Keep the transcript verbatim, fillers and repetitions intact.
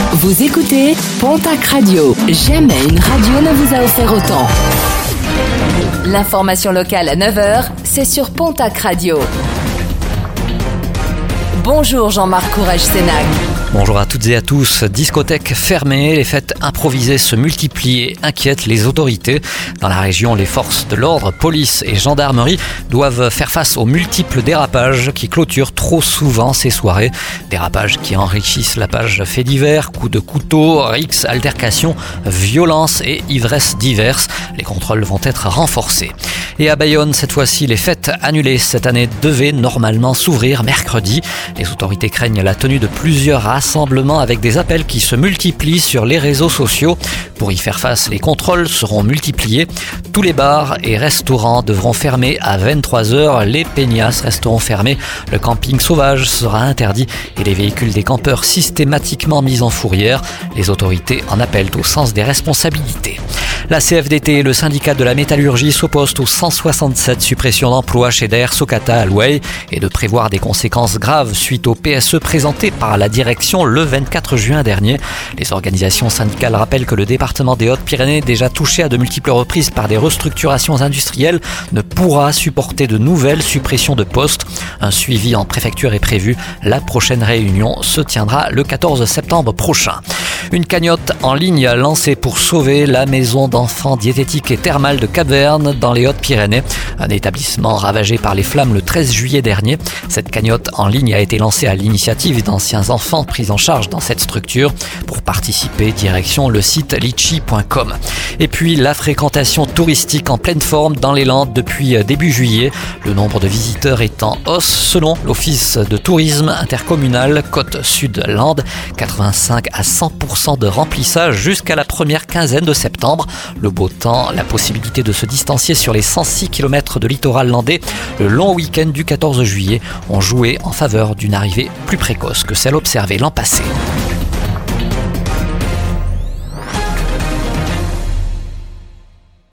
Vous écoutez Pontac Radio. Jamais une radio ne vous a offert autant. L'information locale à neuf heures, c'est sur Pontac Radio. Bonjour Jean-Marc Courage-Sénac. Bonjour à toutes et à tous. Discothèques fermées, les fêtes improvisées se multiplient et inquiètent les autorités. Dans la région, les forces de l'ordre, police et gendarmerie doivent faire face aux multiples dérapages qui clôturent trop souvent ces soirées. Dérapages qui enrichissent la page faits divers, coups de couteau, rixes, altercations, violences et ivresses diverses. Les contrôles vont être renforcés. Et à Bayonne, cette fois-ci, les fêtes annulées cette année devaient normalement s'ouvrir mercredi. Les autorités craignent la tenue de plusieurs rassemblements avec des appels qui se multiplient sur les réseaux sociaux. Pour y faire face, les contrôles seront multipliés. Tous les bars et restaurants devront fermer à vingt-trois heures. Les peignasses resteront fermées. Le camping sauvage sera interdit et les véhicules des campeurs systématiquement mis en fourrière. Les autorités en appellent au sens des responsabilités. La C F D T, le syndicat de la métallurgie, s'oppose aux cent soixante-sept suppressions d'emplois chez Daher Socata à Louey et de prévoir des conséquences graves suite au P S E présenté par la direction le vingt-quatre juin dernier. Les organisations syndicales rappellent que le département des Hautes-Pyrénées, déjà touché à de multiples reprises par des restructurations industrielles, ne pourra supporter de nouvelles suppressions de postes. Un suivi en préfecture est prévu. La prochaine réunion se tiendra le quatorze septembre prochain. Une cagnotte en ligne lancée pour sauver la maison d'enfants diététique et thermale de Cap-Verne dans les Hautes-Pyrénées, un établissement ravagé par les flammes le treize juillet dernier. Cette cagnotte en ligne a été lancée à l'initiative d'anciens enfants pris en charge dans cette structure. Pour participer, direction le site litchi point com. Et puis la fréquentation touristique en pleine forme dans les Landes depuis début juillet. Le nombre de visiteurs est en hausse selon l'Office de tourisme intercommunal Côte-Sud-Landes. quatre-vingt-cinq à cent pour cent de remplissage jusqu'à la première quinzaine de septembre. Le beau temps, la possibilité de se distancier sur les cent six kilomètres de littoral landais, le long week-end du quatorze juillet ont joué en faveur d'une arrivée plus précoce que celle observée l'an passé.